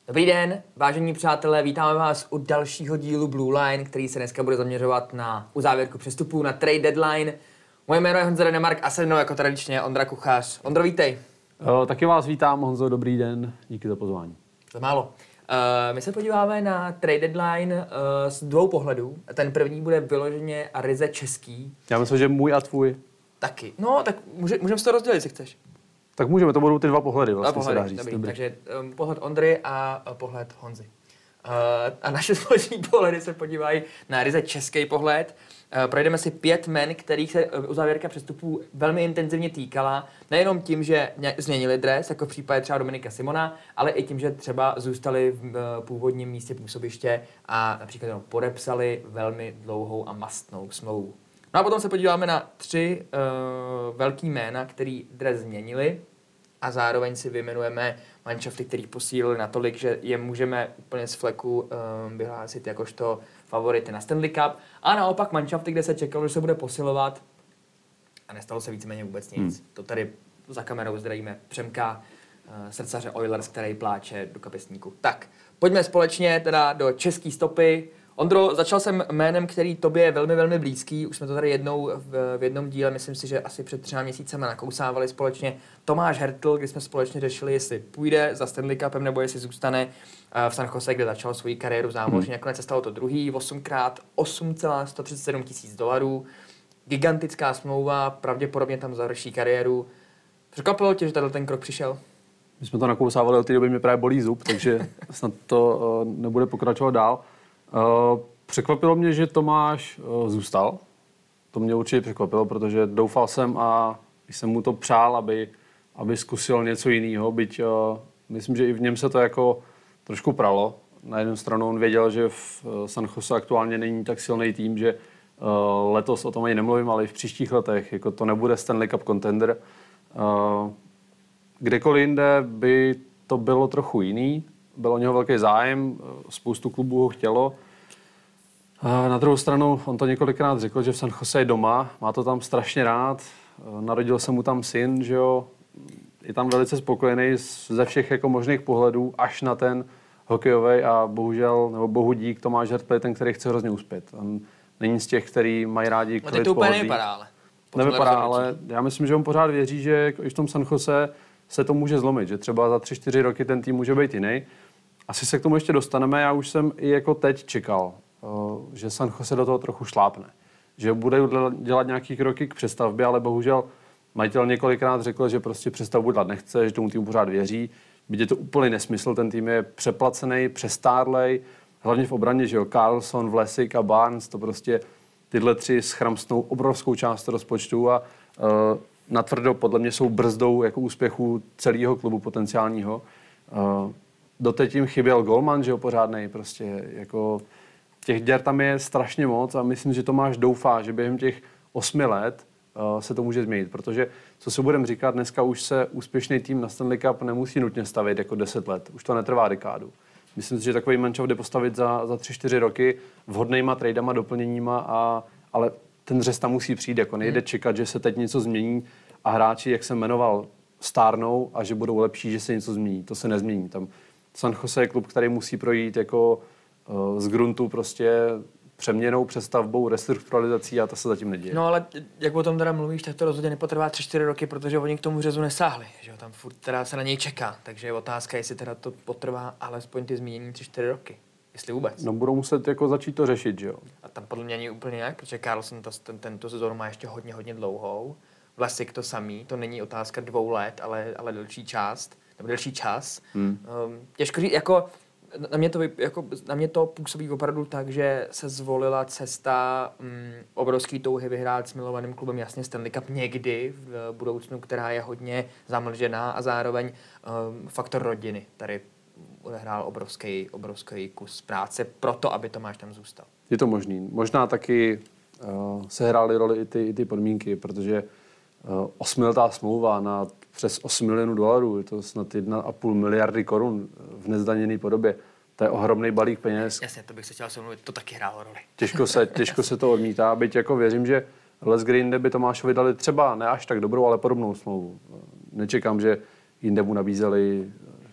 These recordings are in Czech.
Dobrý den, vážení přátelé, vítáme vás u dalšího dílu Blue Line, který se dneska bude zaměřovat na uzávěrku přestupů, na trade deadline. Moje jméno je Honza Denemark a se mnou jako tradičně Ondra Kuchař. Ondro, vítej. Taky vás vítám, Honzo, dobrý den, díky za pozvání. To málo. My se podíváme na trade deadline z dvou pohledů. Ten první bude vyloženě a ryze český. Já myslím, že můj a tvůj. Taky. No, tak můžeme si to rozdělit, jestli chceš. Tak můžeme, to budou ty dva pohledy vlastně, pohledy, se dá říct. Dobrý. Takže pohled Ondry a pohled Honzy. A naše společné pohledy se podívají na ryze český pohled. Projdeme si 5 men, kterých se uzávěrka přestupů velmi intenzivně týkala. Nejenom tím, že změnili dres, jako v případě třeba Dominika Simona, ale i tím, že třeba zůstali v původním místě působiště a například podepsali velmi dlouhou a mastnou smlouvu. No a potom se podíváme na 3 velký jména, který dres změnili a zároveň si vyjmenujeme manšafty, kterých posílili natolik, že je můžeme úplně z fleku vyhlásit jakožto favority na Stanley Cup. A naopak manšafty, kde se čekalo, že se bude posilovat a nestalo se víceméně vůbec nic. To tady za kamerou zdravíme Přemka, srdcaře Oilers, který pláče do kapesníku. Tak, pojďme společně teda do české stopy. Ondro, začal jsem jménem, který tobě je velmi, velmi blízký. Už jsme to tady jednou v jednom díle, myslím si, že asi před 3 měsícemi nakousávali společně. Tomáš Hertl, kdy jsme společně řešili, jestli půjde za Stanley Cupem nebo jestli zůstane v San Jose, kde začal svoji kariéru zámořně. Nakonec se stalo to druhý, 8x 8,137 tisíc dolarů. Gigantická smlouva, pravděpodobně tam završí kariéru. Překvapilo tě, že ten krok přišel? My jsme to nakousávali, od té doby mě právě bolí zub, takže snad to nebude pokračovat dál. Překvapilo mě, že Tomáš zůstal. To mě určitě překvapilo, protože doufal jsem a jsem mu to přál, aby zkusil něco jiného, byť myslím, že i v něm se to jako trošku pralo. Na jednu stranu on věděl, že v San Jose aktuálně není tak silný tým, že letos o tom ani nemluvím, ale i v příštích letech jako to nebude Stanley Cup contender. Kdekoliv jinde by to bylo trochu jiný. Byl o něho velký zájem, spoustu klubů ho chtělo. Na druhou stranu, on to několikrát řekl, že v San Jose je doma, má to tam strašně rád, narodil se mu tam syn, že jo, je tam velice spokojený ze všech jako možných pohledů, až na ten hokejový a bohužel, nebo bohu dík, Tomáš Hertl je ten, který chce hrozně uspět. On není z těch, který mají rádi klid, to úplně nevypadá, ale. Nevypadá, ale já myslím, že on pořád věří, že i v tom San Jose se to může zlomit, že třeba za 3-4 roky ten tým může být jiný. Asi se k tomu ještě dostaneme, já už jsem i jako teď čekal, že San Jose do toho trochu šlápne. Že bude dělat nějaký kroky k přestavbě, ale bohužel majitel několikrát řekl, že prostě přestavbu dělat nechce, že tomu týmu pořád věří. Byť je to úplný nesmysl, ten tým je přeplacený, přestárlej, hlavně v obraně, že jo, Carlson, Vlasic a Barnes, to prostě tyhle 3 schramstnou obrovskou část rozpočtu a natvrdo podle mě jsou brzdou jako úspěchu celého klubu potenciálního. Doteď jim chyběl golman, že jo, pořádnej, prostě jako těch děr tam je strašně moc a myslím, že Tomáš doufá, že během těch 8 let se to může změnit, protože co si budeme říkat, dneska už se úspěšný tým na Stanley Cup nemusí nutně stavět jako 10 let, už to netrvá dekádu. Myslím si, že takový mančov jde postavit za 3-4 roky vhodnejma tradama, doplněníma, ale ten řez tam musí přijít, jako nejde čekat, že se teď něco změní a hráči, jak jsem jmenoval, stárnou a že budou lepší, že se něco změní. To se nezmění. Tam San Jose je klub, který musí projít jako z gruntu prostě přeměnou, přestavbou, restrukturalizací a to se zatím neděje. No ale jak o tom teda mluvíš, tak to rozhodně nepotrvá 3-4 roky, protože oni k tomu řezu nesáhli, že jo, tam furt teda se na něj čeká, takže je otázka, jestli teda to potrvá alespoň ty zmínění 3-4 roky, jestli vůbec. No budou muset jako začít to řešit, že jo. A tam podle mě není úplně jinak, protože Carlson tento sezónu má ještě hodně dlouhou, Vlasic to samý, to není otázka 2 let, ale delší čas. Těžko říct, jako na mě to působí opravdu tak, že se zvolila cesta obrovský touhy vyhrát s milovaným klubem jasně Stanley Cup někdy v budoucnu, která je hodně zamlžená a zároveň faktor rodiny tady odehrál obrovský kus práce pro to, aby Tomáš tam zůstal. Je to možný. Možná taky sehrály roli i ty podmínky, protože 8letá smlouva na přes 8 milionů dolarů, je to snad 1,5 miliardy korun v nezdaněné podobě. To je ohromný balík peněz. Jasně, to bych se chtěl mluvit, to taky hrálo roli. Těžko se to odmítá, byť jako věřím, že Les Green by Tomášovi dali třeba ne až tak dobrou, ale podobnou smlouvu. Nečekám, že jinde mu nabízeli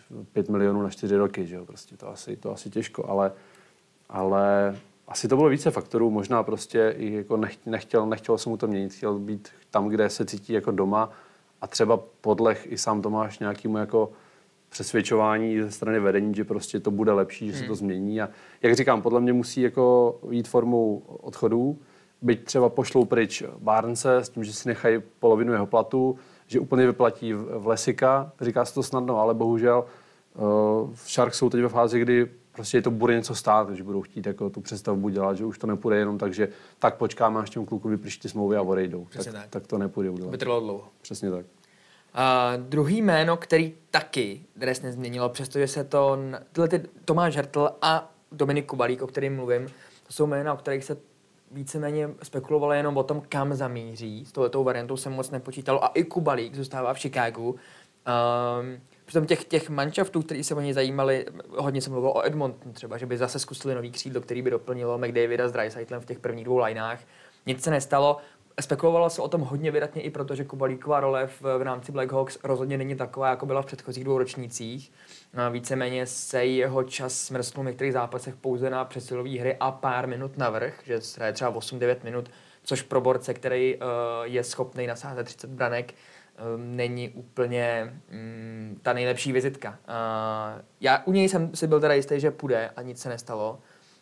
5 milionů na 4 roky, že jo, prostě to asi těžko, ale asi to bylo více faktorů, možná prostě i jako nechtěl se mu to měnit, chtěl být tam, kde se cítí jako doma a třeba podleh i sám Tomáš nějakému jako přesvědčování ze strany vedení, že prostě to bude lepší, že se to změní a jak říkám, podle mě musí jako jít formou odchodů, byť třeba pošlou pryč Barnese s tím, že si nechají polovinu jeho platu, že úplně vyplatí v Lesika, říká se to snadno, ale bohužel v Sharks jsou teď ve fázi, kdy prostě to bude něco stát, že budou chtít jako tu přestavbu dělat, že už to nepůjde jenom tak, že tak počkáme, až těm klukům vyprší ty smlouvy a odejdou. Tak to nepůjde udělat. By trvalo dlouho. Přesně tak. Druhý jméno, který taky dres nezměnilo, přestože se Tomáš Hertl a Dominik Kubalík, o kterým mluvím, to jsou jména, o kterých se víceméně spekulovalo jenom o tom, kam zamíří. S touhletou variantou jsem moc nepočítalo. A i Kubalík zůstává v Chicagu. Přitom těch manšaftů, který se o něj zajímali, hodně se mluvilo o Edmonton třeba, že by zase zkusili nový křídlo, který by doplnilo McDavida s Dreisaitlem v těch prvních 2 lineách. Nic se nestalo. Spekulovalo se o tom hodně vydatně i proto, že Kubalíková role v rámci Blackhawks rozhodně není taková, jako byla v předchozích 2 ročnících. Víceméně se jeho čas smrsknul v některých zápasech pouze na přesilový hry a pár minut navrch, že hraje třeba 8-9 minut, což pro borce, který je schopný nasázet 30 branek, není úplně ta nejlepší vizitka. Já u něj jsem si byl teda jistý, že půjde a nic se nestalo.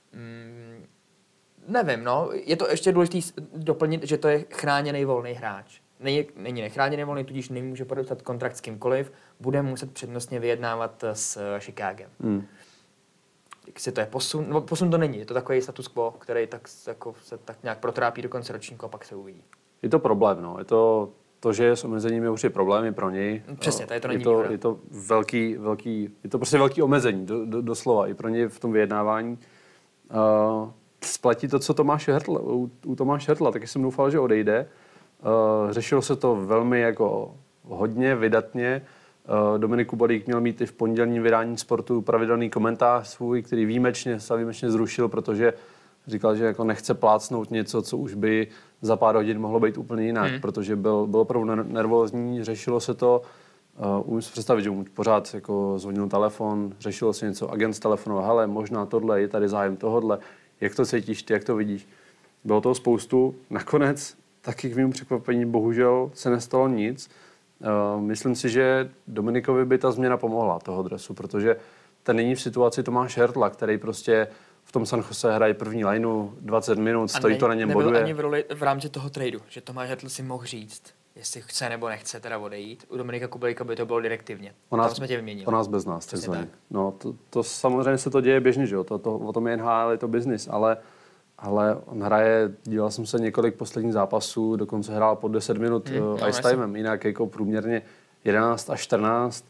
Nevím, no. Je to ještě důležité doplnit, že to je chráněný volný hráč. Není nechráněný volný, tudíž nemůže podepsat kontrakt s kýmkoliv, bude muset přednostně vyjednávat s Chicagem. Jak si to je posun? No, posun to není, je to takový status quo, který tak, jako, se tak nějak protrápí do konce ročníku a pak se uvidí. Je to problém, no. Je to že s omezením je už problémy pro něj. Přesně, tady to není je to je to prostě velký omezení, doslova, i pro něj v tom vyjednávání. Splatí to, co Tomáš Hertl. U Tomáše Hertla, taky jsem doufal, že odejde. Řešilo se to velmi jako hodně, vydatně. Dominik Kubalík měl mít i v pondělním vydání Sportu pravidelný komentář svůj, který výjimečně zrušil, protože říkal, že jako nechce plácnout něco, co už by za pár hodin mohlo být úplně jinak, protože byl opravdu nervózní, řešilo se to. Umím si představit, že mu pořád jako zvonil telefon, řešilo se něco, agent telefonoval, hele, možná tohle, je tady zájem tohodle, jak to cítíš ty, jak to vidíš. Bylo toho spoustu. Nakonec, taky k mému překvapení, bohužel se nestalo nic. Myslím si, že Dominikovi by ta změna pomohla toho dresu, protože ten není v situaci Tomáš Hertla, který prostě v tom San Jose hraje první lineu 20 minut, stojí to na něm, boduje. Ani v roli v rámci toho tradu, že Tomáš Hertl si mohl říct, jestli chce nebo nechce teda odejít. U Dominika Kubalíka by to bylo direktivně. Tam jsme tě vyměnili. O nás bez nás. No, to samozřejmě se to děje běžně, že jo? O tom je NHL, je to business, ale on hraje, díval jsem se několik posledních zápasů, dokonce hrál pod 10 minut ice timem, jinak jako průměrně 11 až 14.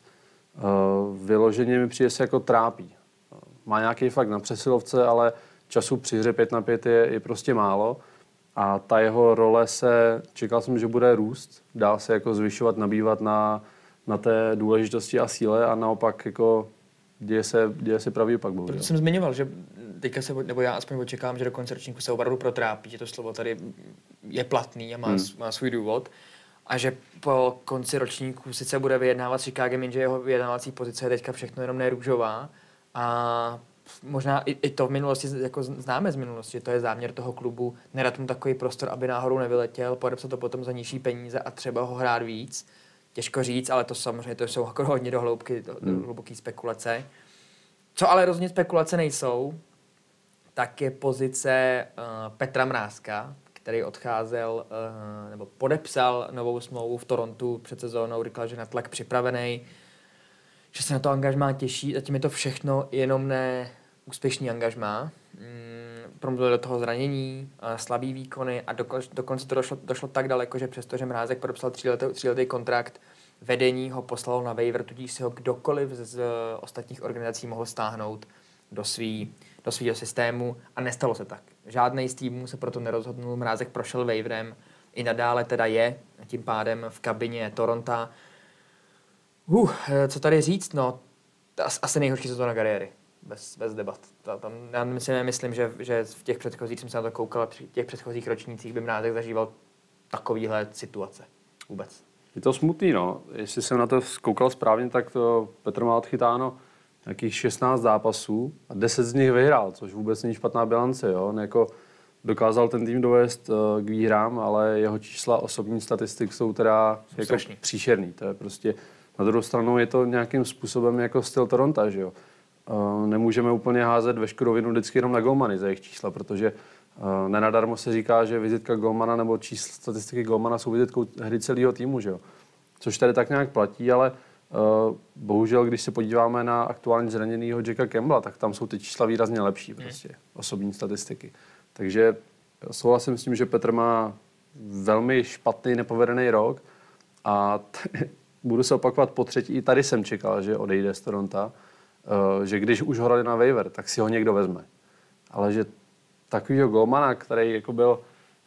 Vyloženě mi přijde se jako trápí. Má nějaký fakt na přesilovce, ale času při hře 5-5 je prostě málo. A ta jeho role čekal jsem, že bude růst, dál se jako zvyšovat, nabývat na té důležitosti a síle a naopak jako děje se pravý opak. Proto jsem zmiňoval, že teďka nebo já aspoň očekávám, že do konce ročníku se opravdu protrápí, že to slovo tady je platný a má svůj důvod. A že po konci ročníku sice bude vyjednávat s Chicagem, jenže jeho vyjednávací pozice je teďka všechno jenom nerůžová. A možná i to v minulosti, jako známe z minulosti, že to je záměr toho klubu, nedat mu takový prostor, aby náhodou nevyletěl, podepsat to potom za nižší peníze a třeba ho hrát víc. Těžko říct, ale to samozřejmě to jsou jako hodně do hluboký spekulace. Co ale rozhodně spekulace nejsou, tak je pozice Petra Mrázka, který odcházel nebo podepsal novou smlouvu v Torontu před sezónou, říkal, že na tlak připravený, že se na to angažmá těší, zatím je to všechno jenom ne úspěšný angažmá. Promluvil do toho zranění, slabý výkony a dokonce to došlo tak daleko, že přestože Mrázek podepsal 3letý kontrakt, vedení ho poslalo na waiver, tudíž si ho kdokoliv z ostatních organizací mohl stáhnout do svého systému a nestalo se tak. Žádnej z týmů se proto nerozhodnul, Mrázek prošel waiverem, i nadále teda je tím pádem v kabině Toronto. Co tady říct, no, asi nejhorší sezóna kariéry, bez debat. Já myslím, že v těch předchozích, jsem se na to koukal, v těch předchozích ročnících by Mrázek zažíval takovýhle situace vůbec. Je to smutný, no. Jestli jsem na to zkoukal správně, tak to Petr má odchytáno nějakých 16 zápasů a 10 z nich vyhrál, což vůbec není špatná bilance, jo. On jako dokázal ten tým dovést k výhrám, ale jeho čísla osobní statistik jsou teda jako příšerný. To je prostě, na druhou stranu je to nějakým způsobem jako styl Toronto, že jo. Nemůžeme úplně házet veškerou vinu vždycky jenom na golmany za jejich čísla, protože nenadarmo se říká, že vizitka golmana nebo statistiky golmana jsou vizitkou hry celého týmu, že jo. Což tady tak nějak platí, ale bohužel, když se podíváme na aktuálně zraněnýho Jacka Campbella, tak tam jsou ty čísla výrazně lepší, prostě, osobní statistiky. Takže souhlasím s tím, že Petr má velmi špatný, nepovedený rok a budu se opakovat po třetí. I tady jsem čekal, že odejde z Toronto, že když už ho hrali na waiver, tak si ho někdo vezme. Ale že takovýho golmana, který jako byl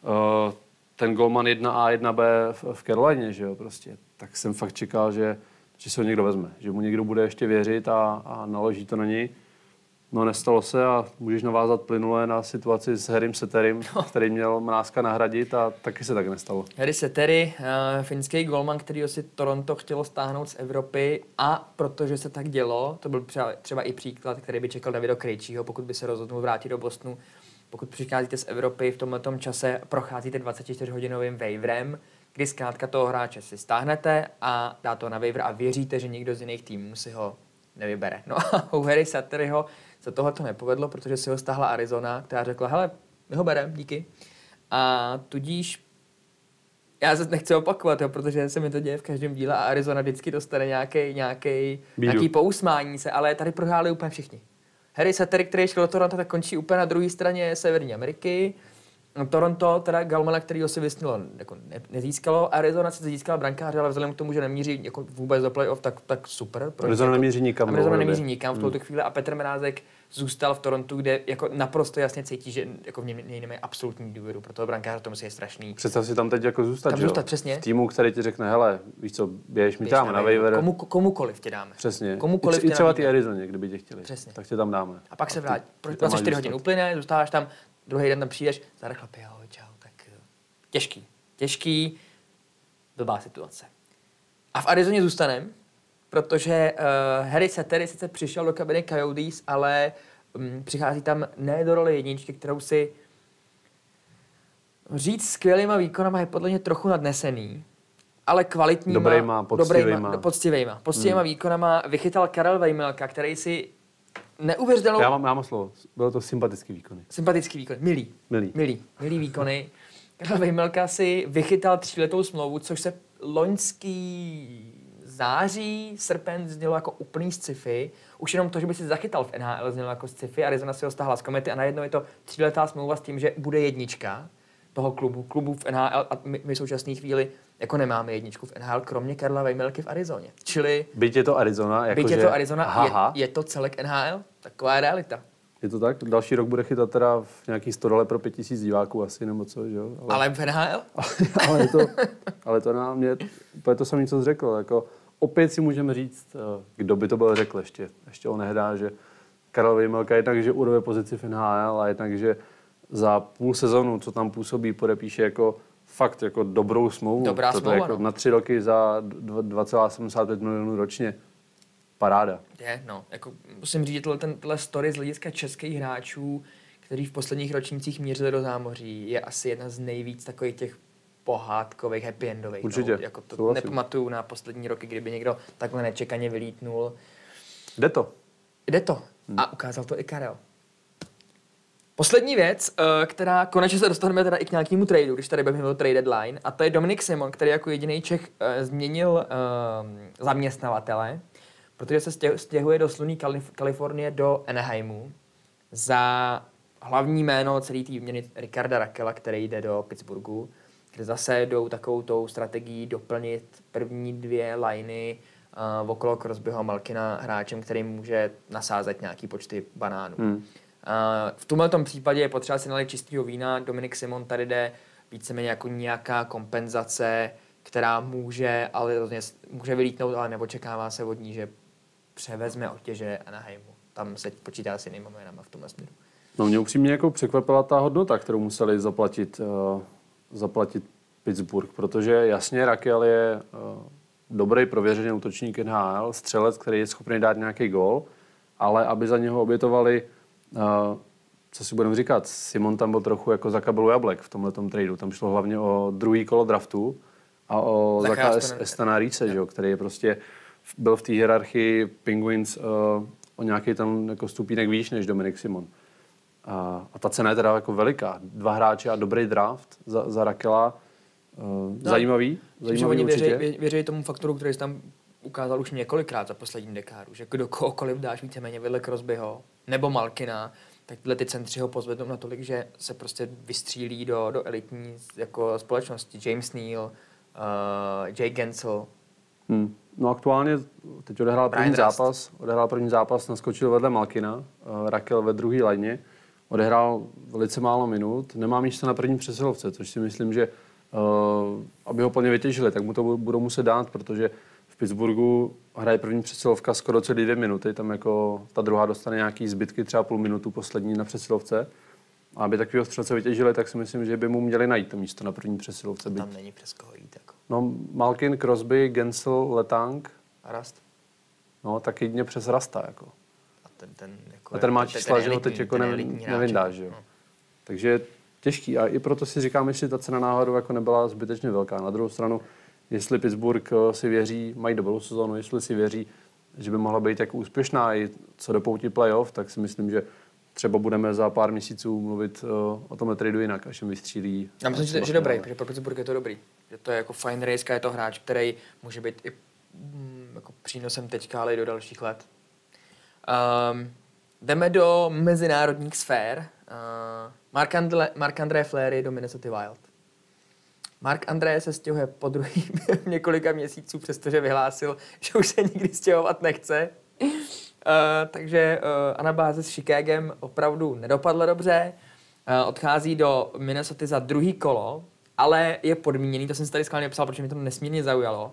ten golman 1A, 1B v Carolině, že jo, prostě, tak jsem fakt čekal, že si ho někdo vezme. Že mu někdo bude ještě věřit a naloží to na něj. No, nestalo se a můžeš navázat plynule na situaci s Harrym Seterym, který měl Mrázka nahradit a taky se tak nestalo. Harry Setery, finský golman, kterýho si Toronto chtělo stáhnout z Evropy a protože se tak dělo, to byl třeba i příklad, který by čekal Davido Krejčího, pokud by se rozhodnul vrátit do Bostonu. Pokud přicházíte z Evropy v tomto čase, procházíte 24-hodinovým waiverem, kdy zkrátka toho hráče si stáhnete a dá to na waiver a věříte, že někdo z jiných týmů si ho nevybere. No a u Harry Seteryho se tohle to nepovedlo, protože si ho stáhla Arizona, která řekla, hele, my ho bereme, díky. A tudíž já se nechci opakovat, jo, protože se mi to děje v každém díle a Arizona vždycky dostane nějaký pousmání se, ale tady prohráli úplně všichni. Harry Setery, který šel do Toronto, tak končí úplně na druhé straně Severní Ameriky. Toronto, teda golmana, kterýho si vysnilo, jako nezískalo. Arizona si získala brankáře, ale vzhledem k tomu, že nemíří jako vůbec do playoff, tak super. Arizona nemíří nikam. Arizona nemíří nikam v tuto chvíli a Petr Mrázek zůstal v Torontu, kde jako naprosto jasně cítí, že jako v něj nemají absolutní důvěru, pro toho brankáře to musí je strašný. Představ si tam teď jako zůstat, tam zůstat, přesně. V týmu, který ti řekne, hele, víš co, běž mi tam na waiver. Komukoliv tě dáme. Přesně. I třeba ty Arizoně, kdyby tě chtěli. Přesně. Tak tě tam dáme. A pak se vrátí. 24 hodin uplyne, zůstáváš tam, druhý den tam přijdeš, zare chlapi, ahoj, čau, tak těžký, blbá situace. A v Arizoně zůstanem, protože Harry Setery sice přišel do kabiny Coyotes, ale přichází tam ne do role jedničky, kterou si říct skvělýma výkonama je podle mě trochu nadnesený, ale kvalitníma, poctivýma výkonama vychytal Karel Vejmelka, který si neuvěřitelnou... Já mám slovo. Bylo to sympatický výkony. Sympatický výkon. Milý výkony. Karel Vejmelka si vychytal 3letou smlouvu, což se loňský září, srpen znělo jako úplný sci-fi. Už jenom to, že by si zachytal v NHL, znělo jako sci-fi. Arizona si ho stáhla z komety a najednou je to 3letá smlouva s tím, že bude jednička toho klubu v NHL a my v současné chvíli jako nemáme jedničku v NHL, kromě Karla Vejmelky v Arizoně. Čili... Byť je to Arizona, je to celek NHL. Taková je realita. Je to tak? Další rok bude chytat teda v nějaký $100 pro 5000 diváků asi, nebo co, že jo? Ale v NHL? ale to na mě, úplně to samé, co jsi řekl, jako opět si můžeme říct, kdo by to byl řekl ještě on nehdá, že Karel Vejmelka jednak, že urve pozici v NHL a jednak, že za půl sezonu, co tam působí, podepíše jako fakt jako dobrou smlouvu. Dobrá smlouva, jako no. Na 3 roky za 2,75 milionů ročně. Paráda. Je, no. Jako musím říct, tenhle story z hlediska českých hráčů, kteří v posledních ročnících mířili do zámoří, je asi jedna z nejvíc takových těch pohádkových, happy endových. Určitě. No, jako to nepamatuju na poslední roky, kdyby někdo takhle nečekaně vylítnul. Jde to. A ukázal to i Karel. Poslední věc, která konečně se dostaneme teda i k nějakému tradu, když tady bavíme o trade deadline, a to je Dominik Simon, který jako jediný Čech změnil zaměstnavatele, protože se stěhuje do slunné Kalifornie do Anaheimu za hlavní jméno celý té výměny Rickarda Rakela, který jde do Pittsburghu, kde zase jdou takovou tou strategií doplnit první 2 liney okolo Crosbyho a Malkina hráčem, který může nasázet nějaký počty banánů. V tomhle případě je potřeba si nalít čistého vína. Dominik Simon tady jde víceméně jako nějaká kompenzace, která může vylítnout, ale neočekává se od ní, že převezme otěže Anaheimu. Tam se počítá s jinými jménama v tomhle směru. No mě upřímně jako překvapila ta hodnota, kterou museli zaplatit Pittsburgh, protože jasně Rakell je dobrý prověřený útočník NHL, střelec, který je schopný dát nějaký gól, ale aby za něho obětovali, co si budeme říkat, Simon tam byl trochu jako za kabelu jablek v tomhletom tradu. Tam šlo hlavně o druhý kolo draftu a o Zacha Estana Reese, který je prostě byl v té hierarchii Penguins o nějaký tam jako stupínek výš než Dominik Simon. A ta cena je teda jako veliká. 2 hráči a dobrý draft za Rakela. Zajímavý oni určitě. věří tomu faktoru, který jsi tam ukázal už několikrát za poslední dekádu, že kdo kohokoliv dáš víceméně vedle Crosbyho nebo Malkina, tak tyhle ty centři ho pozvednou natolik, že se prostě vystřílí do elitní jako společnosti. James Neal, Jake Gensel. No aktuálně teď odehrál první zápas, naskočil vedle Malkina, Rakell ve druhé lajně, odehrál velice málo minut, nemá místo na prvním přesilovce, což si myslím, že aby ho plně vytěžili, tak mu to budou muset dát, protože v Pittsburghu hraje první přesilovka skoro celý 2 minuty, tam jako ta druhá dostane nějaký zbytky, třeba půl minutu poslední na přesilovce. A aby takového střelce vytěžili, tak si myslím, že by mu měli najít to místo na první přesilovce. Tam není přes koho jít. Jako. No, Malkin, Crosby, Gensel, Letang. A Rast. No, tak jedině přes Rasta, jako. A ten má čísla, že ho teď jako nevyndáš, že jo. No. Takže těžký. A i proto si říkám, jestli ta cena náhodou jako nebyla zbytečně velká. Na druhou stranu, jestli Pittsburgh si věří, mají dobrou sezónu, jestli si věří, že by mohla být jako úspěšná i co do pouti playoff, tak si myslím, že třeba budeme za pár měsíců mluvit o tomhle tradu jinak, až jim vystřílí. Já myslím, že dobrý, protože pro Pittsburgh je to dobrý. Že to je jako fine race, je to hráč, který může být i jako přínosem teďka, ale i do dalších let. Jdeme do mezinárodních sfér. Marc-André Fleury do Minnesota Wild. Marc-André se stěhuje po druhý několika měsíců, přestože vyhlásil, že už se nikdy stěhovat nechce. Takže anabáze s Chicagem opravdu nedopadla dobře. Odchází do Minnesota za druhý kolo, ale je podmíněný, to jsem si tady schválně napsal, protože mi to nesmírně zaujalo.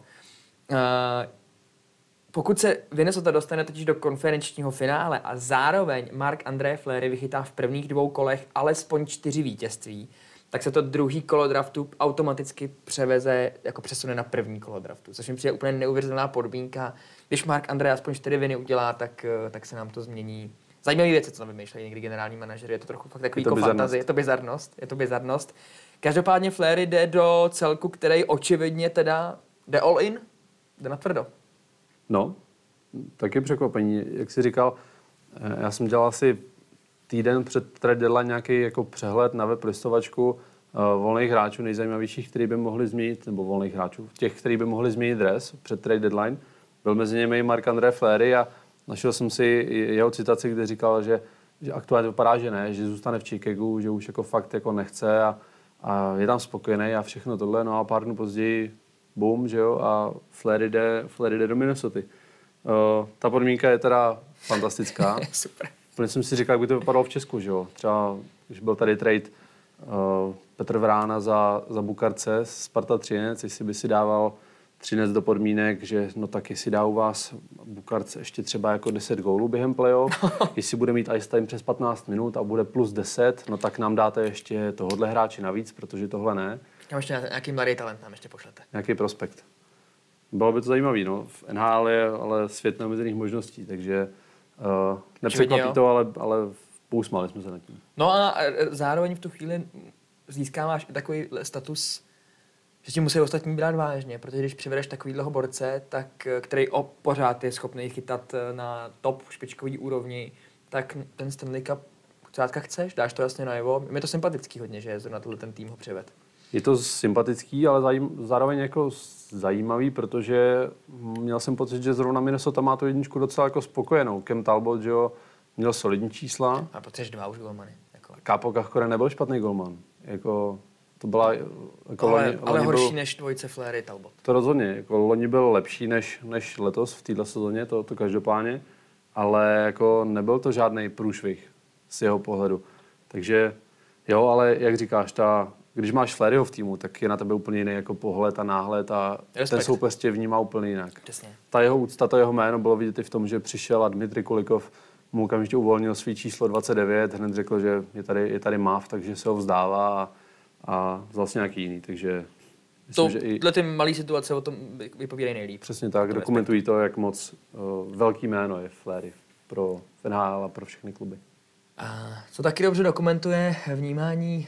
Pokud se Minnesota dostane totiž do konferenčního finále a zároveň Marc-André Fleury vychytá v prvních 2 kolech alespoň 4 vítězství, tak se to druhý kolo draftu automaticky přesune na první kolo draftu, což mi přijde úplně neuvěřitelná podmínka. Když Marc-André aspoň 4 viny udělá, tak se nám to změní. Zajímavé věci, co tam vymýšlejí někdy generální manažeři, je to trochu fakt takový fantazie, je to bizarnost. Každopádně Fleury jde do celku, který očividně teda jde all in, jde na tvrdo. No, taky překvapení. Jak jsi říkal, já jsem dělal asi týden před trade deadline nějaký jako přehled na web listovačku volných hráčů, nejzajímavějších, který by mohli změnit, nebo volných hráčů, těch, který by mohli změnit dres před trade deadline. Byl mezi nimi Marc-André Fleury a našel jsem si jeho citaci, kde říkal, že aktuálně vypadá, že ne, že zůstane v Chicagu, že už jako fakt jako nechce a je tam spokojený a všechno tohle. No a pár dnů později boom, že jo, a Fleury jde do Minnesota. Ta podmínka je teda fantastická. Super. Úplně jsem si říkal, jak by to vypadalo v Česku, že jo. Třeba, když byl tady trade Petr Vrána za Bukarce, Sparta Třinec, jestli by si dával Třinec do podmínek, že no tak jestli dá u vás Bukarce ještě třeba jako 10 gólů během playoff, jestli bude mít ice time přes 15 minut a bude plus 10, no tak nám dáte ještě tohodle hráči navíc, protože tohle ne. A ještě nějaký mladý talent nám ještě pošlete. Nějaký prospekt. Bylo by to zajímavý, no. V NHL je ale svět neomezených možností, takže nepřekvapí to, ale pousmáli jsme se nad tím. No a zároveň v tu chvíli získáváš i takový status, že ti musí ostatní brát vážně, protože když přivedeš takovýhleho borce, tak, který pořád je schopný chytat na top špičkový úrovni, tak ten Stanley Cup zkrátka chceš, dáš to jasně najevo. Je to sympatický hodně, že zrovna ten tým ho přived. Je to sympatický, ale zároveň jako zajímavý, protože měl jsem pocit, že zrovna Minnesota má tu jedničku docela jako spokojenou. Cam Talbot, že jo, měl solidní čísla. A potřebuješ 2 už golmany. Jako. Kaapo Kakkonen nebyl špatný golman. Jako, to byla... Jako ale horší než dvojice Fleury Talbot. To rozhodně. Jako loni byl lepší než letos v této sezóně, to každopádně. Ale jako nebyl to žádný průšvih z jeho pohledu. Takže jo, ale jak říkáš, když máš Fleuryho v týmu, tak je na tebe úplně jiný jako pohled a náhled a ten soupeř tě vnímá úplně jinak. Přesně. Ta jeho úcta, to jeho jméno bylo vidět i v tom, že přišel a Dmitry Kulikov mu okamžitě uvolnil svý číslo 29, hned řekl, že je tady MAV, takže se ho vzdává a vzal si nějaký jiný, takže Tyhle ty malé situace o tom vypovídají nejlíp. Přesně tak, dokumentují to, jak moc velký jméno je Fleury pro NHL a pro všechny kluby. A co taky dobře dokumentuje vnímání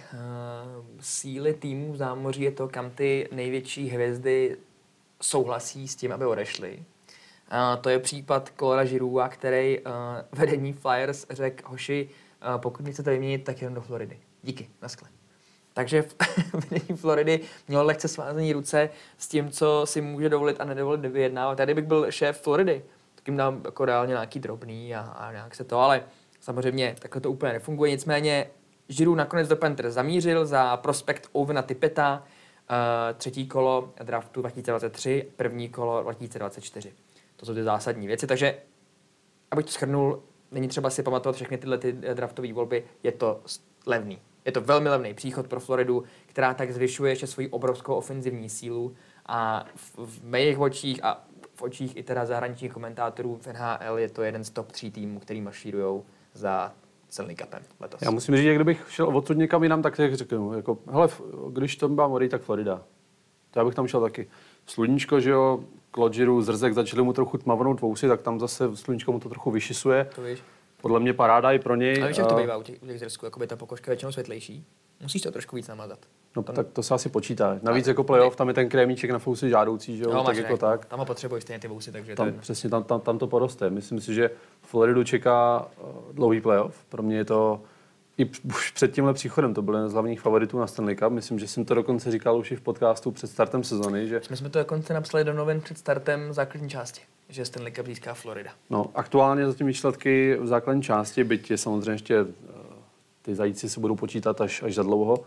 síly týmů v zámoří, je to, kam ty největší hvězdy souhlasí s tím, aby odešly. To je případ Claude'a Giroua, který vedení Flyers řekl: hoši, pokud mě chcete vyměnit, tak jenom do Floridy. Díky, naschle. Takže vedení Floridy mělo lehce svázané ruce s tím, co si může dovolit a nedovolit vyjednávat. Tady bych byl šéf Floridy, tak jim dám jako reálně nějaký drobný a nějak se to, ale samozřejmě takhle to úplně nefunguje. Nicméně Giroux nakonec do Panthers zamířil za prospekt Ovena Tippetta, 3. kolo draftu 2023, 1. kolo 2024. To jsou ty zásadní věci, takže abych to shrnul, není třeba si pamatovat všechny tyhle ty draftové volby, je to levný. Je to velmi levný příchod pro Floridu, která tak zvyšuje ještě svoji obrovskou ofenzivní sílu a v mých očích a v očích i teda zahraničních komentátorů v NHL je to jeden z top 3 týmů, který mašírujou za Stanley Cupem letos. Já musím říct, že kdybych šel odsud někam jinam, tak řeknu, jako, hele, když to mám odejít, tak Florida. To já bych tam šel taky. Sluníčko, že jo, Claude Giroux, Zrzek, začali mu trochu tmavnout vousy, tak tam zase sluníčko mu to trochu vyšisuje. To víš. Podle mě paráda i pro něj. Ale víš, jak to bývá u těch Zrzků, jakoby ta pokožka je většinou světlejší. Musíš to trošku víc namazat. No tak to se asi počítá. Navíc jako playoff, tam je ten krémíček na fousy žádoucí, že jo, tak jako tak. Tam ho potřebuješ stejně ty vousy, takže tam, přesně, tam to poroste. Myslím si, že Floridu čeká dlouhý playoff. Pro mě je to i už před tímhle příchodem, to byl jeden z hlavních favoritů na Stanley Cup. Myslím, že jsem to dokonce říkal už i v podcastu před startem sezony. Že... My jsme to dokonce napsali do novin před startem základní části, že Stanley Cup získá Florida. No, aktuálně za tím výsledky v základní části, byť je samozřejmě ještě ty zajíci se budou počítat až za dlouho,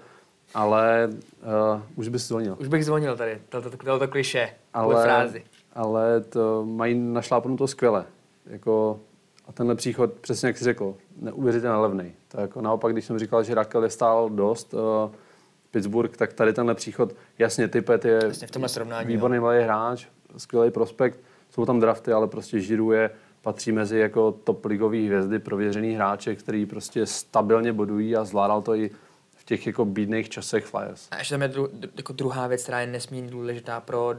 ale už bys zvonil. Už bych zvonil tady, to klišé, frázi. Ale to mají našlápnuto skvěle. Jako, a tenhle příchod, přesně jak jsi řekl, neuvěřitelně levnej. Tak jako naopak, když jsem říkal, že Rakell je stál dost, Pittsburgh, tak tady tenhle příchod, jasně, Tippett je výborný malý hráč, skvělý prospekt, jsou tam drafty, ale prostě Giroux patří mezi jako top ligový hvězdy, prověřený hráče, který prostě stabilně bodují a zvládal to i v těch jako bídných časech Flyers. A ještě tam je jako druhá věc, která je nesmírně důležitá pro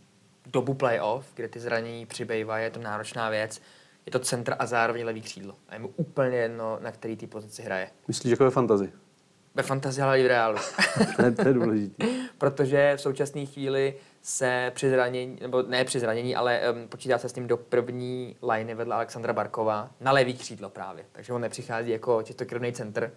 dobu playoff, kde ty zranění přibývají, je to náročná věc. Je to centr a zároveň levý křídlo. A je mu úplně jedno, na který té pozici hraje. Myslíš jako ve fantasy? Ve fantasy, ale i v reálu. To je důležité. Protože v současné chvíli se při zranění, nebo ne při zranění, ale počítá se s ním do první liney vedle Alexandra Barkova na levý křídlo právě. Takže on nepřichází jako čistokrevný centr.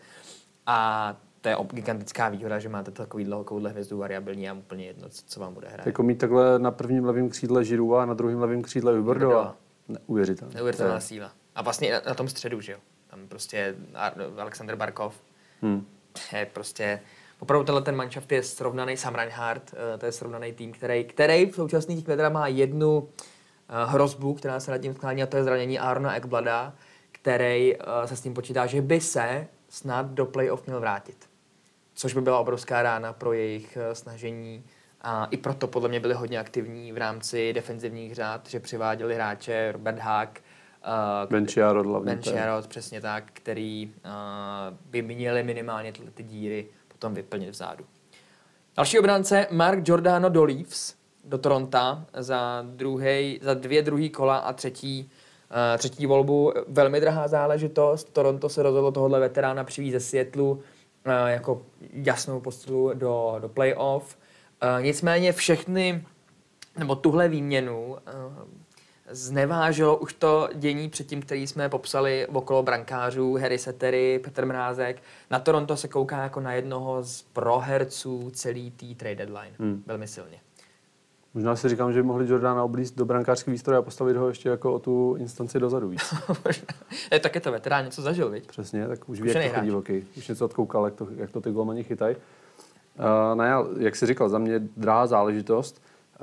A to je gigantická výhoda, že máte takovouhle hvězdu variabilní a úplně jedno, co vám bude hrát. Jako mít takhle na prvním levém křídle Giroux a na druhém levém křídle Huberdeau. Neuvěřitelná síla. A vlastně na tom středu, že jo. Tam prostě Alexander Barkov je prostě... Opravdu ten manšaft je srovnaný, Sam Reinhart, to je srovnaný tým, který v současných teda má jednu hrozbu, která se nad tím sklání, a to je zranění Aarona Ekblada, který se s tím počítá, že by se snad do playoff měl vrátit. Což by byla obrovská rána pro jejich snažení. A i proto podle mě byli hodně aktivní v rámci defenzivních řád, že přiváděli hráče Robert Hack, Ben Chiarot, přesně tak, který by měli minimálně ty díry potom vyplnit vzadu. Další obránce Mark Giordano do Leafs, do Toronto za dvě druhý kola a třetí volbu. Velmi drahá záležitost. Toronto se rozhodlo tohohle veterána přivést ze Seattlu jako jasnou postupu do playoff. Nicméně tuhle výměnu znevážilo už to dění předtím, který jsme popsali okolo brankářů, Harry Settery, Petr Mrázek. Na Toronto se kouká jako na jednoho z proherců celý tý trade deadline. Velmi silně. Možná si říkám, že by mohli Jordana oblízt do brankářský výstroj a postavit ho ještě jako o tu instanci dozadu víc. Tak je to veterán, něco zažil, viď? Přesně, tak už ví, jak to chodí hokej. Už něco odkoukal, jak to ty golmani chytají. Jak jsi říkal, za mě drahá záležitost.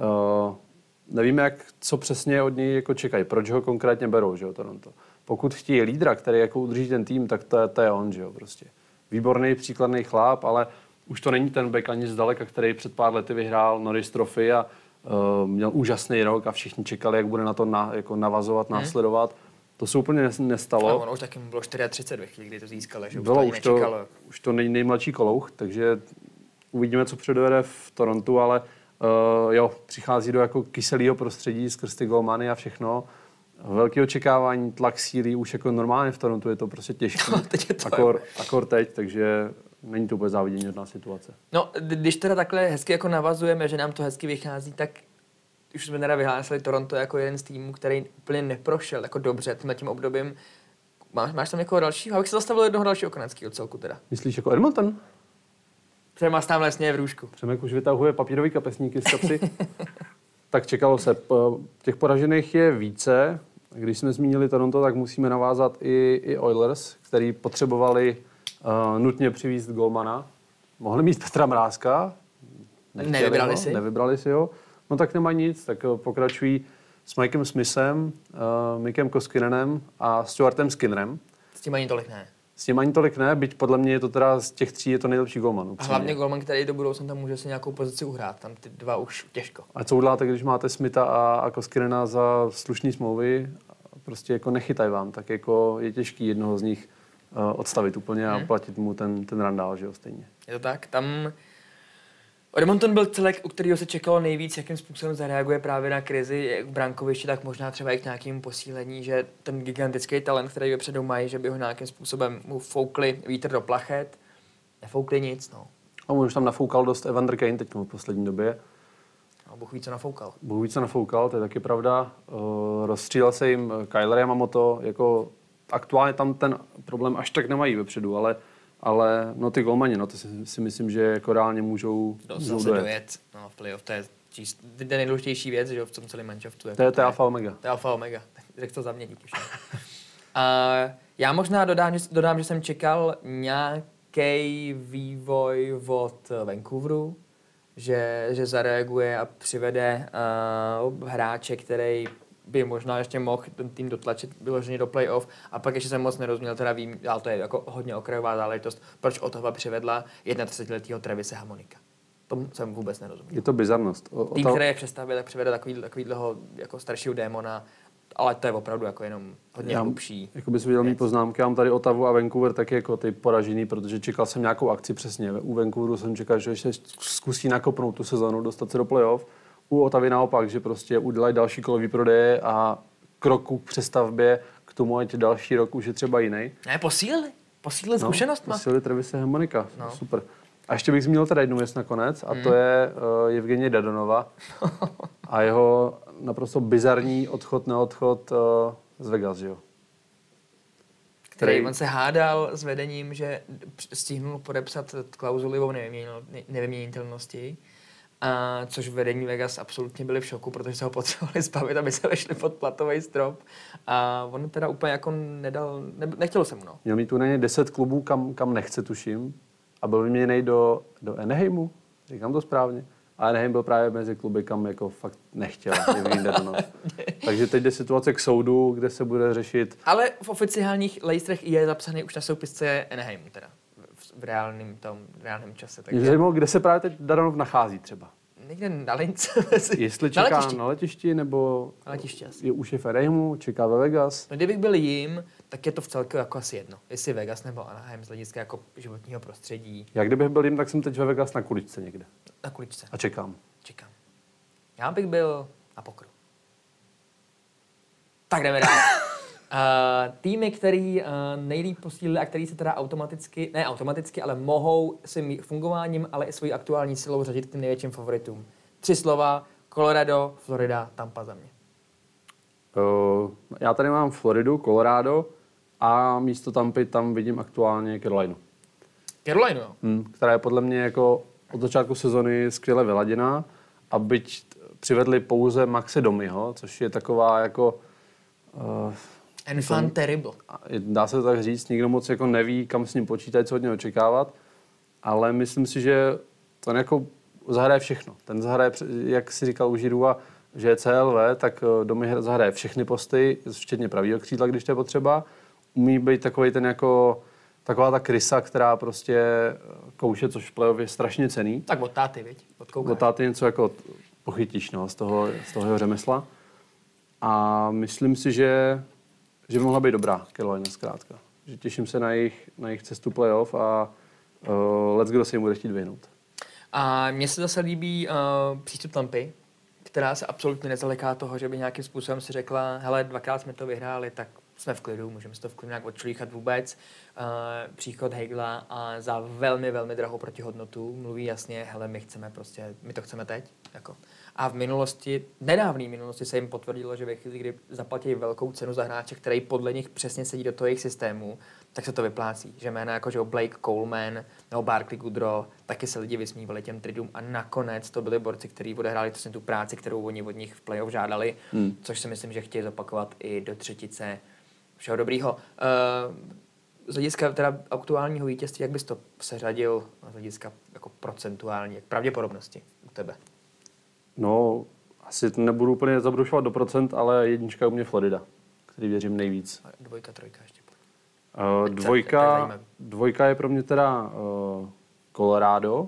Nevíme, co přesně od něj jako čekají, proč ho konkrétně berou, že jo, Toronto. Pokud chtějí lídra, který jako udrží ten tým, tak to je on, že jo, prostě. Výborný, příkladný chlap, ale už to není ten back ani zdaleka, který před pár lety vyhrál Norris Trophy a měl úžasný rok a všichni čekali, jak bude na to jako navazovat, následovat. To se úplně nestalo. A ono už taky bylo 34 ve chvíli, kdy to získal, že bylo už to nejmladší kolouch, takže uvidíme, co předvede v Torontu, ale Jo, přichází do jako kyselého prostředí skrz ty golmany a všechno. Velké očekávání, tlak sílí už jako normálně v Torontu, je to prostě těžké. No, teď je to akor teď, takže není to úplně záviděníhodná situace. No, když teda takhle hezky jako navazujeme, že nám to hezky vychází, tak už jsme teda vyhlásili Toronto jako jeden z týmů, který úplně neprošel jako dobře tím obdobím. Máš tam někoho dalšího? Abych se zastavil jednoho dalšího kanadského celku teda. Myslíš jako Edmonton? Přemas tam vlastně v růžku. Přemek už vytahuje papírový kapesníky z kapsy. Tak čekalo se. Těch poražených je více. Když jsme zmínili Toronto, tak musíme navázat i Oilers, který potřebovali nutně přivést golmana. Mohli mít Petra Mrázka. Nevybrali si ho. No tak nemají nic, tak pokračují s Mikem Smithem, Mikem Koskinenem a Stuartem Skinnerem. S tím ani tolik ne. S tím ani tolik ne, byť podle mě je to teda z těch tří je to nejlepší golman. A hlavně golman, který do budoucna tam může si nějakou pozici uhrát. Tam ty dva už těžko. A co uděláte, když máte Smitha a Koskinena za slušný smlouvy? Prostě jako nechytaj vám, tak jako je těžký jednoho z nich odstavit úplně a platit mu ten randál, že jo, stejně. Je to tak? Tam Edmonton byl celek, u kterého se čekalo nejvíc, jakým způsobem zareaguje právě na krizi, jak v brankovišti, tak možná třeba i k nějakému posílení, že ten gigantický talent, který vepředu mají, že by ho nějakým způsobem mu foukli vítr do plachet. Nefoukli nic, no. A už tam nafoukal dost Evander Kane teď v poslední době. No, Bůh ví, co nafoukal. Bůh ví, co nafoukal, to je taky pravda. Rozstřílel se jim Kyler Yamamoto, jako aktuálně tam ten problém až tak nemají vepředu, ale no ty golmani, no to si myslím, že jako reálně můžou dojet. No v playoff to je nejdůležitější věc, že v tom celém manšaftu. To je alfa omega. To je alfa omega. Řekl to za mě, díky všem. Já možná dodám, že jsem čekal nějaký vývoj od Vancouveru, že zareaguje a přivede hráče, který by možná ještě mohl ten tým dotlačit vyloženě do playoff. A pak ještě jsem moc nerozuměl, teda vím, ale to je jako hodně okrajová záležitost, proč Ottawa přivedla 31letého Travise Hammonicka. Tomu jsem vůbec nerozuměl. Je to bizarnost. Tým, který je v přestavbě, tak přivede takovýhleho jako staršího démona, ale to je opravdu jako jenom hodně hlubší. Jako bys viděl mý poznámky, já mám tady Ottawu a Vancouver taky jako ty poražený, protože čekal jsem nějakou akci přesně. U Vancouveru jsem čekal, že ještě zkusí nakopnout tu sezonu, dostat se do playoff. U Ottavy naopak, že prostě udělají další kolo výprodeje a kroku k přestavbě k tomu, ať další rok už je třeba jiný. Ne, posílili zkušenostma. Posílili Travise Hammonicka, super. A ještě bych zmínil teda jednu věc nakonec, a to je Evgenij Dadonova a jeho naprosto bizarní neodchod z Vegas, že jo? Který on se hádal s vedením, že stihnul podepsat klauzuli o nevyměnitelnosti, což vedení Vegas absolutně byli v šoku, protože se ho potřebovali zbavit, aby se vešli pod platový strop. A on teda úplně jako nechtělo se mu, no. Měl mít tu na něj 10 klubů, kam nechce, tuším, a byl vyměněný do Anaheimu, říkám to správně. A Anaheim byl právě mezi kluby, kam jako fakt nechtěl. Takže teď jde situace k soudu, kde se bude řešit. Ale v oficiálních lejstrech je zapsaný už na soupisce Anaheimu, teda v reálném čase. Mě zajímalo, kde se právě teď Dadonov nachází třeba. Někde na lince. Jestli čeká na letišti, nebo na letišti asi. Už je v Anaheimu, čeká ve Vegas. No, kdybych byl jim, tak je to v celku jako asi jedno. Jestli Vegas nebo Anaheim z hlediska jako životního prostředí. Já kdybych byl jim, tak jsem teď ve Vegas na kuličce někde. Na kuličce. A čekám. Já bych byl na pokru. Tak jdeme dál. Týmy, který nejlíp posílili a který se teda automaticky, ale mohou svým fungováním, ale i svojí aktuální silou řadit k těm největším favoritům. 3 slova: Colorado, Florida, Tampa za mě. Já tady mám Floridu, Colorado a místo Tampy tam vidím aktuálně Carolinu. Carolinu, jo? Která je podle mě jako od začátku sezony skvěle vyladěná a byť přivedli pouze Maxe Domiho, což je taková jako... Enfant terrible. Dá se to tak říct, nikdo moc jako neví, kam s ním počítat, co od něho očekávat, ale myslím si, že ten jako zahraje všechno. Ten zahraje, jak si říkal u Židua, že je CLV, tak Domi zahraje všechny posty, včetně pravýho křídla, když to je potřeba. Umí být takovej ten jako taková ta krysa, která prostě kouše, což v playoff je strašně cený. Tak od táty, viď? Od táty něco jako pochytíš, no, z toho jeho řemesla. A myslím si, že by mohla být dobrá Carolina zkrátka. Že těším se na jejich cestu playoff a let's go se jim bude chtít vyhnout. A mně se zase líbí přístup Tampy, která se absolutně nezaleká toho, že by nějakým způsobem si řekla, hele, dvakrát jsme to vyhráli, tak jsme v klidu, můžeme si to v klidu nějak odčlíchat vůbec. Příchod Hegla a za velmi, velmi drahou protihodnotu mluví jasně, hele, my to chceme teď. Jako. A v minulosti, nedávné minulosti se jim potvrdilo, že ve chvíli, kdy zaplatí velkou cenu za hráče, který podle nich přesně sedí do toho jejich systému, tak se to vyplácí. Že jména jako že Blake Coleman nebo Barkley Goodrow, taky se lidi vysmívali těm tradům a nakonec to byli borci, kteří odehráli přesně tu práci, kterou oni od nich v playoff žádali, což si myslím, že chtějí zopakovat i do třetice. Všeho dobrýho. Z hlediska teda aktuálního vítězství, jak bys to seřadil z hlediska jako procentuální, jak pravděpodobnosti u tebe? No, asi nebudu úplně zabrušovat do procent, ale jednička u mě Florida, který věřím nejvíc. A dvojka, trojka ještě. Dvojka je pro mě teda Colorado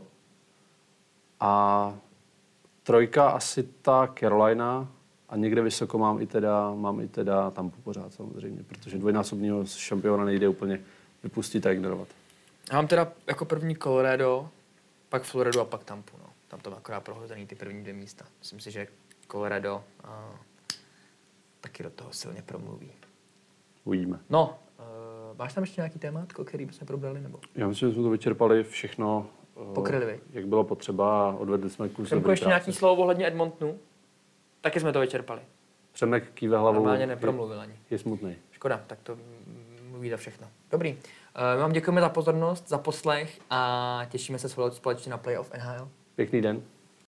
a trojka asi ta Carolina a někde vysoko mám i teda Tampu pořád samozřejmě, protože dvojnásobního šampiona nejde úplně vypustit a ignorovat. Já mám teda jako první Colorado, pak Floridu a pak Tampu. No. Tam to akorát prohozený ty první 2 místa. Myslím si, že Colorado taky do toho silně promluví. Uvidíme. No, máš tam ještě nějaký témátko, který bychom probrali? Nebo? Já myslím, že jsme to vyčerpali všechno, pokryli, jak bylo potřeba, odvedli jsme kus dobrý ještě nějaký slovo ohledně Edmontonu? Taky jsme to vyčerpali. Přemek kýve hlavou. Normálně nepromluvil ani. Je smutný. Škoda, tak to mluví za všechno. Dobrý. My vám děkujeme za pozornost, za poslech a těšíme se společně na playoff NHL. Pěkný den.